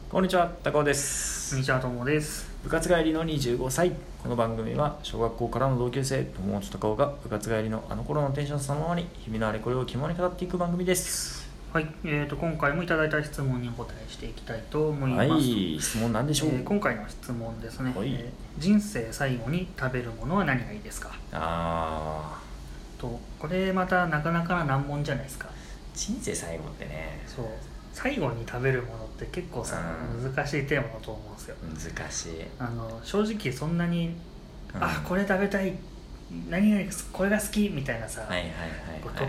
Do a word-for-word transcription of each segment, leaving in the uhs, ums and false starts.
こんにちは、高尾です。 こんにちは、ともです。 部活帰りのにじゅうごさい。この番組は小学校からの同級生友と高尾が部活帰りのあの頃のテンションそのままに日々のあれこれを肝に語っていく番組です。 はい、えーと今回もいただいた質問にお答えしていきたいと思います。 はい、質問なんでしょう。 えー今回の質問ですね、 はい、 えー人生最後に食べるものは何がいいですかあと。これまたなかなかな難問じゃないですか。 人生最後ってね、 そう最後に食べるものって結構さ、 うん、 難しいテーマだと思うんですよ。 難しい。 あの正直そんなに、 うん、 あこれ食べたい、何々これが好きみたいなさ、 はいはいはいはい、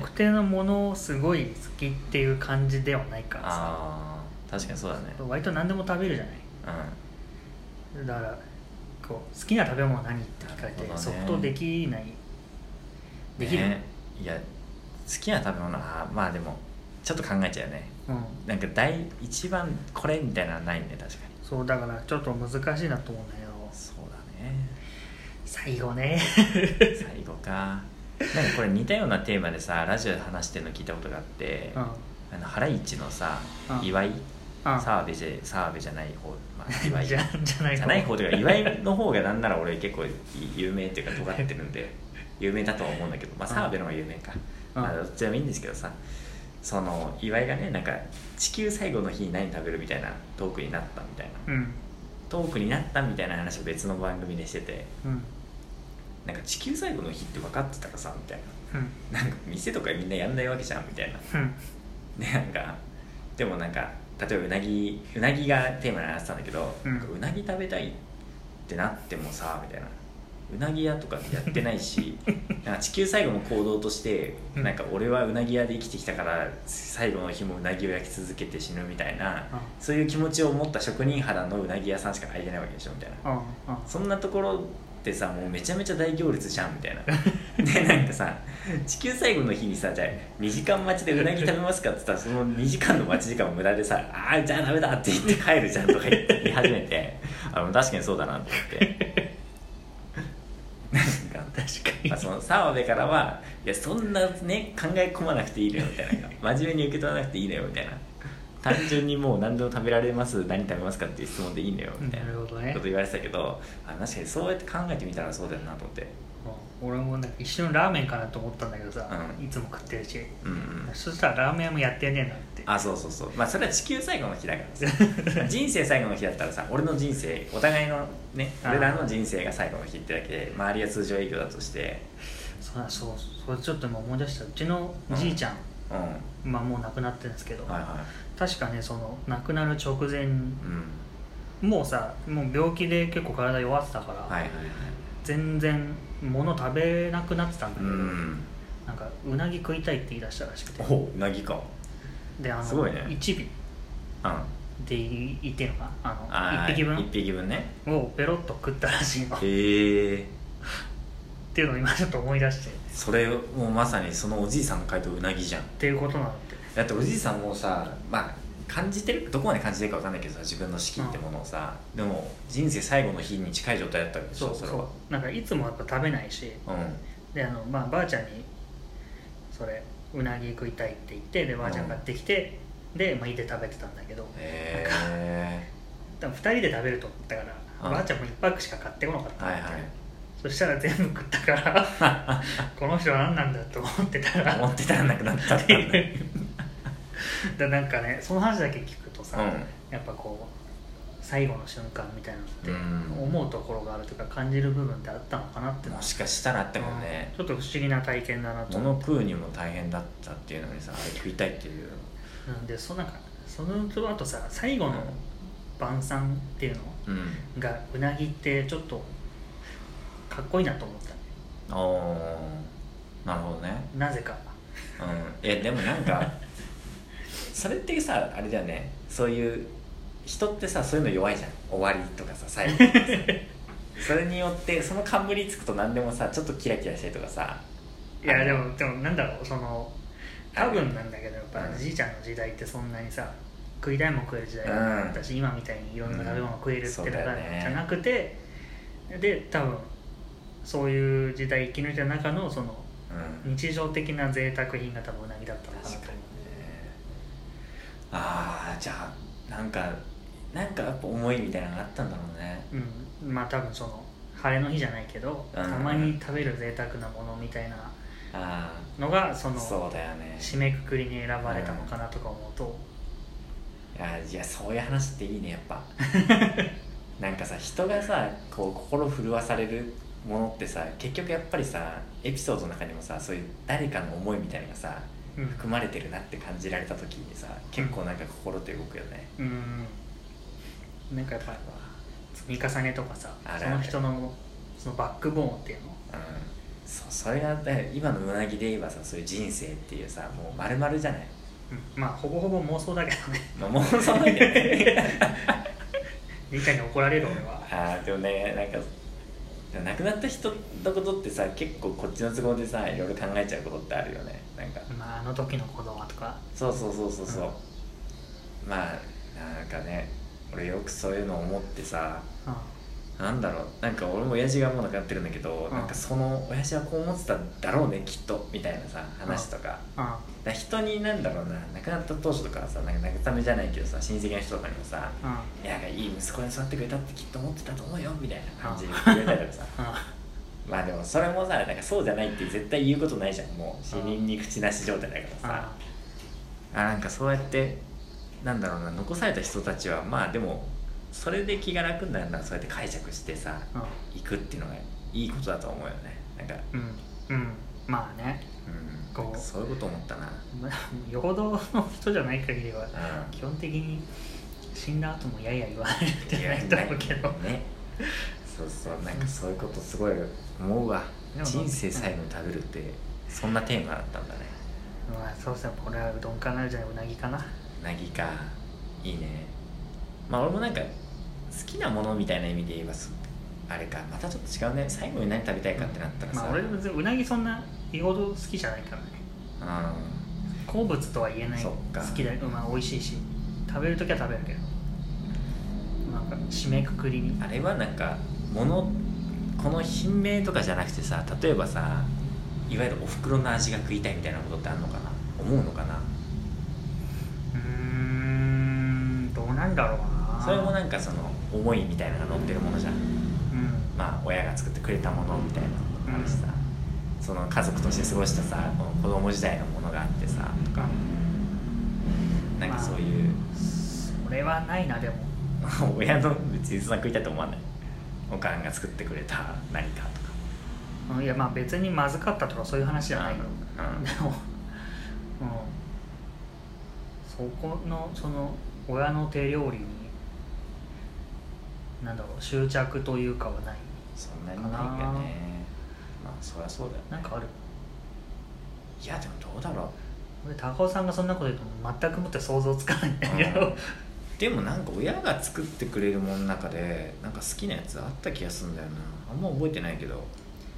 特定のものをすごい好きっていう感じではないからさ。 あ確かにそうだね。 割と何でも食べるじゃない。 うん、 だからこう好きな食べ物何って聞かれて、ね、即答できない。できる、 ね、いや好きな食べ物はまあでもちょっと考えちゃうよね、うん、なんか第一番これみたいなのはないんで、確かに。 そうだからちょっと難しいなと思うんだけど。 そうだね、 最後ね最後か。なんかこれ似たようなテーマでさラジオで話してるの聞いたことがあって、うん、あのハライチのさ、うん、岩井澤部じゃ澤部じゃない方、まあ、岩井じゃない方じゃない方というか岩井の方がなんなら俺結構有名っていうか尖ってるんで有名だとは思うんだけど、まあ澤部の方が有名か、うん、まあ、どっちでもいいんですけどさ、その岩井がねなんか地球最後の日に何食べるみたいなトークになったみたいな、うん、トークになったみたいな話を別の番組でしてて、うん、なんか地球最後の日って分かってたらさみたいな、うん、なんか店とかみんなやんないわけじゃんみたいな、うん、でなんかでもなんか例えばうなぎうなぎがテーマになってたんだけど、うん、うなぎ食べたいってなってもさみたいな、うなぎ屋とかやってないしなんか地球最後の行動としてなんか俺はうなぎ屋で生きてきたから最後の日もうなぎを焼き続けて死ぬみたいな、そういう気持ちを持った職人肌のうなぎ屋さんしか入れないわけでしょみたいな、そんなところってさもうめちゃめちゃ大行列じゃんみたいなでなんかさ地球最後の日にさじゃあにじかん待ちでうなぎ食べますかって言ったらそのにじかんの待ち時間を無駄でさああじゃあダメだって言って帰るじゃんとか言い始めてあの確かにそうだなと思ってなんか確かに、まあ、その澤部からはいやそんなね考え込まなくていいのよみたいな真面目に受け取らなくていいのよみたいな単純にもう何でも食べられます何食べますかっていう質問でいいのよみたいなこと言われてたけど、あ確かにそうやって考えてみたらそうだよなと思って、 うん、俺もなんか一瞬ラーメンかなと思ったんだけどさ、うん、いつも食ってるし、うんうん、そしたらラーメン屋もやってねえなって。 あそうそうそう、まあそれは地球最後の日だからさ人生最後の日だったらさ俺の人生お互いのね俺らの人生が最後の日ってだけで周りは通常営業だとしてそうそうそれちょっと今思い出した。うちのじいちゃん、うん、まあもう亡くなってるんですけど、はいはい、確かねその亡くなる直前、うん、もうさもう病気で結構体弱ってたから、はいはいはい、全然物食べなくなってたんだけど、うん、なんかうなぎ食いたいって言い出したらしくて。 おうなぎか。 であのすごいね、いちびで言ってんのかな、あのいっぴきぶんいっぴきぶんねをペロッと食ったらしいの。 へえっていうのを今ちょっと思い出して、 それもうまさにそのおじいさんの回答うなぎじゃんっていうことなのって。 だっておじいさんもさまあ感じてるどこまで感じてるか分かんないけどさ自分の死期ってものをさ、うん、でも人生最後の日に近い状態だったわけでしょ。 そうそう、なんかいつもやっぱ食べないし、うん、であの、まあ、ばあちゃんにそれうなぎ食いたいって言ってでばあちゃん買ってきて、うん、で、まあ、家で食べてたんだけど、へえ多分ふたりで食べると思ったから、うん、ばあちゃんもいっパックしか買ってこなかったんだけど、はいはい、そしたら全部食ったからこの人は何なんだと思ってたら思ってたらなくなったっていうだなんかねその話だけ聞くとさ、うん、やっぱこう最後の瞬間みたいなのって思うところがあるというか感じる部分ってあったのかなって。 もしかしたらあったもんね、 ちょっと不思議な体験だなと。 物食うにも大変だったっていうのにさあれ食いたいっていうなんでそなんかその後さ最後の晩餐っていうのが、うん、うなぎってちょっとかっこいいなと思ったね。 ああなるほどね。 なぜかうんえでもなんかそれってさあれだよね、そういう人ってさそういうの弱いじゃん、終わりとかさ最後とかさそれによってその冠つくと何でもさちょっとキラキラしたりとかさ。 いやでもでもなんだろうその多分なんだけどやっぱ、うん、じいちゃんの時代ってそんなにさ食いたいもん食える時代だったし、うん、今みたいにいろんな食べ物食えるってだからじゃなくて、うん、で多分そういう時代生き抜いた中のその、うん、日常的な贅沢品が多分うなぎだったのかなと思う。 ああじゃあなんかなんかやっぱ思いみたいなのがあったんだろうね。 うん、まあ多分その晴れの日じゃないけど、うん、たまに食べる贅沢なものみたいなのがそのそうだよね、 締めくくりに選ばれたのかなとか思うと、 うん、いや、いやそういう話っていいねやっぱなんかさ、人がさこう心震わされるものってさ、結局やっぱりさエピソードの中にもさ、そういう誰かの思いみたいなのがさ、うん、含まれてるなって感じられた時にさ、結構なんか心って動くよね。 うん、うん、なんかやっぱ積み重ねとかさ、その人のそのバックボーンっていうの、うん、 そ, それが今のうなぎで言えばさ、そういう人生っていうさ、もう丸々じゃない、 うん、まあほぼほぼ妄想だけどねまあ妄想だけどねリカに怒られる俺は。 ああでもね、なんか亡くなった人のことってさ、結構こっちの都合でさ、いろいろ考えちゃうことってあるよね。なんか、 まあ、あの時の子供とか、 そうそうそうそうそう、うん、まあなんかね、俺よくそういうの思ってさ、うん、なんだろう、なんか俺も親父がもう亡くなってるんだけど、うん、なんかその親父はこう思ってたんだろうねきっとみたいなさ話とか、うん、だ人になんだろうな、亡くなった当初とかはさ、なんか慰めじゃないけどさ、親戚の人とかにもさ、うん、いやいい息子に育ってくれたってきっと思ってたと思うよみたいな感じで言ってくれたりとかさ、うん、まあでもそれもさ、なんかそうじゃないって絶対言うことないじゃん、もう死人に口なし状態だからさ、あなんかそうやってなんだろうな、残された人たちはまあでもそれで気が楽になるなら、そうやって解釈してさ、うん、行くっていうのがいいことだと思うよね。なんかうん、うん、まあね、 うん、こうそういうこと思ったな。 よほどの人じゃない限りは、うん、基本的に死んだ後もやや言われるんじゃないと思うけどね。そうそう、なんかそういうことすごい思うわ。人生最後に食べるってそんなテーマだったんだね。 まあそうですね、これはうどんかな、じゃあうなぎかな。 うなぎか、いいね。まあ俺もなんか好きなものみたいな意味で言えばあれか、またちょっと違うね。最後に何食べたいかってなったらさ、 まあ俺別にうなぎそんな言うほど好きじゃないからね。うん、好物とは言えない。好きだよ、まあ美味しいし食べるときは食べるけど、なんか締めくくりにあれはなんかもの、この品名とかじゃなくてさ、例えばさ、いわゆるお袋の味が食いたいみたいなことってあるのかな、思うのかな。 うーん、どうなんだろうな。 それもなんかその思いみたいなのが載ってるものじゃん、うん、まあ親が作ってくれたものみたいなのがあるしさ、うん、その家族として過ごしたさ、この子供時代のものがあってさとか、なんかそういう、まあ、それはないな。でも親の別にそんな食いたいと思わない。おかんが作ってくれた何かとか、 いやまあ別にまずかったとかそういう話じゃないよ、うん、でも、うん、そこのその親の手料理になんだろう、執着というかはない。 そんなにないよね。まあそりゃそうだよね。 なんかある。 いやでもどうだろう。 俺高尾さんがそんなこと言うと全くもって想像つかないんだけど、うん、 でもなんか親が作ってくれるものの中でなんか好きなやつあった気がするんだよな。あんま覚えてないけど、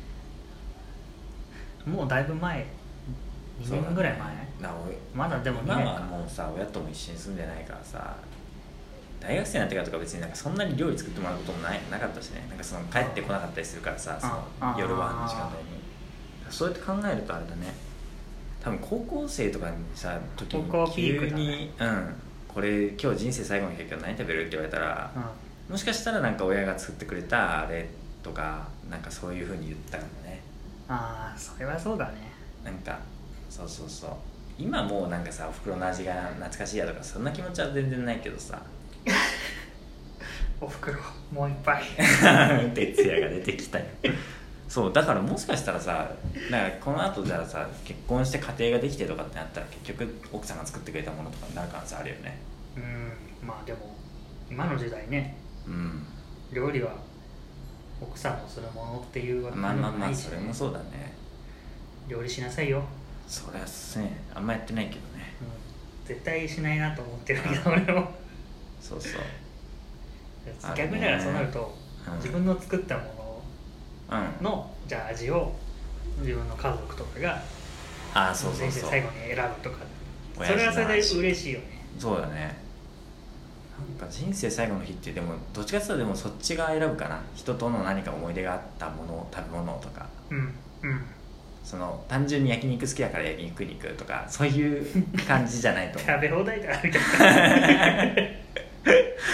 もうだいぶ前、にねんぐらい前、ね、なまだでもにねんか。 今はもうさ親とも一緒に住んでないからさ、大学生になってからとか別になんかそんなに料理作ってもらうこともないなかったしね。なんかその帰ってこなかったりするからさ、その夜ご飯の時間帯に。そうやって考えるとあれだね、多分高校生とかにさ時に急に、ね、うんこれ今日人生最後の日だけど何食べるって言われたら、うん、もしかしたらなんか親が作ってくれたあれとかなんかそういう風に言ったかもね。 ああそれはそうだね。 なんかそうそうそう、今もうなんかさお袋の味が懐かしいやとかそんな気持ちは全然ないけどさお袋もう一杯哲也が出てきたよそうだからもしかしたらさ、なんかこの後じゃあさ結婚して家庭ができてとかってなったら結局奥さんが作ってくれたものとかになる可能性あるよね。 うん、まあでも今の時代ね、うん、料理は奥さんのするものっていうわけでもないし、ね、まあまあまあそれもそうだね。料理しなさいよ。 そりゃすね、あんまやってないけどね、 うん、絶対しないなと思ってるけど俺もそうそう逆ならそうなると、うん、自分の作ったものの、うん、じゃあ味を自分の家族とかがあそうそうそう最後に選ぶとか、それはそれで嬉しいよね。 そうだね。なんか人生最後の日ってでもどっちかっていうとでもそっちが選ぶかな。人との何か思い出があったもの、食べ物とか、うんうん、その単純に焼肉好きだから焼肉肉とかそういう感じじゃないと思う食べ放題だみたいな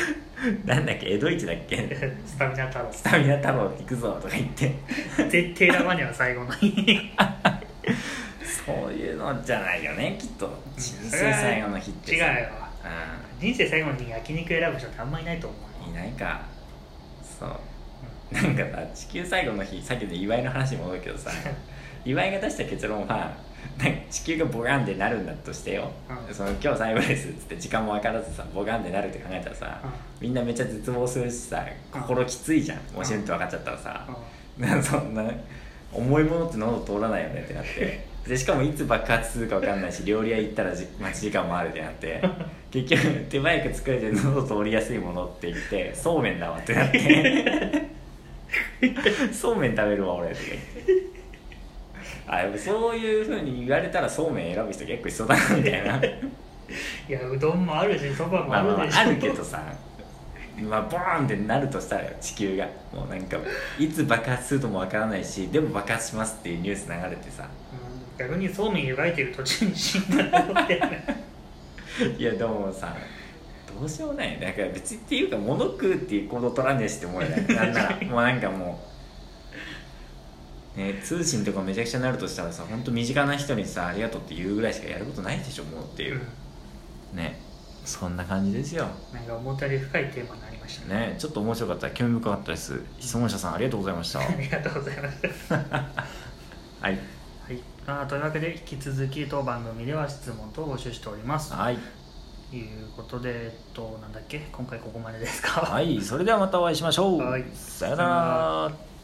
なんだっけ江戸市だっけスタミナ太郎スタミナ太郎行くぞとか言って絶対ラマには最後の日そういうのじゃないよねきっと人生最後の日って違うよ、うん、人生最後の日に焼肉選ぶ人ってあんまりいないと思う。 いないか。そう、うん、なんかさ地球最後の日さっきの岩井の話に戻るけどさ岩井が出した結論はなんか地球がボガンってなるんだとしてよ、うん、その今日最後ですっつって時間も分からずさボガンってなるって考えたらさ、うん、みんなめっちゃ絶望するしさ心きついじゃん、うん、もしうんって分かっちゃったらさ、うん、なんかそんな重いものって喉通らないよねってなってでしかもいつ爆発するか分かんないし料理屋行ったらじ待ち時間もあるってなって結局手早く作れて喉通りやすいものって言ってそうめんだわってなってそうめん食べるわ俺って言ってあでもそういう風に言われたらそうめん選ぶ人結構いそうだなみたいないやうどんもあるしそばもあるでしょ、 まあ、まああるけどさまあボーンってなるとしたらよ地球がもうなんかいつ爆発するともわからないしでも爆発しますっていうニュース流れてさ、 うん、逆にそうめん湯がいてる途中に死んだよっていやでもさどうしようもないだから別にっていうか物食うっていう行動取らんねえしって思うよねなんならもうなんかもうね、通信とかめちゃくちゃなるとしたらさ本当身近な人にさありがとうって言うぐらいしかやることないでしょもうっていう、うん、ねそんな感じですよ。 なんか思ったより深いテーマになりましたね。 ねちょっと面白かった興味深かったです。質問者さんありがとうございましたありがとうございましたはい、はい、あというわけで引き続き当番組では質問等を募集しております。 はいということで、えっと、なんだっけ今回ここまでですか。 はいそれではまたお会いしましょう。 はいさよなら。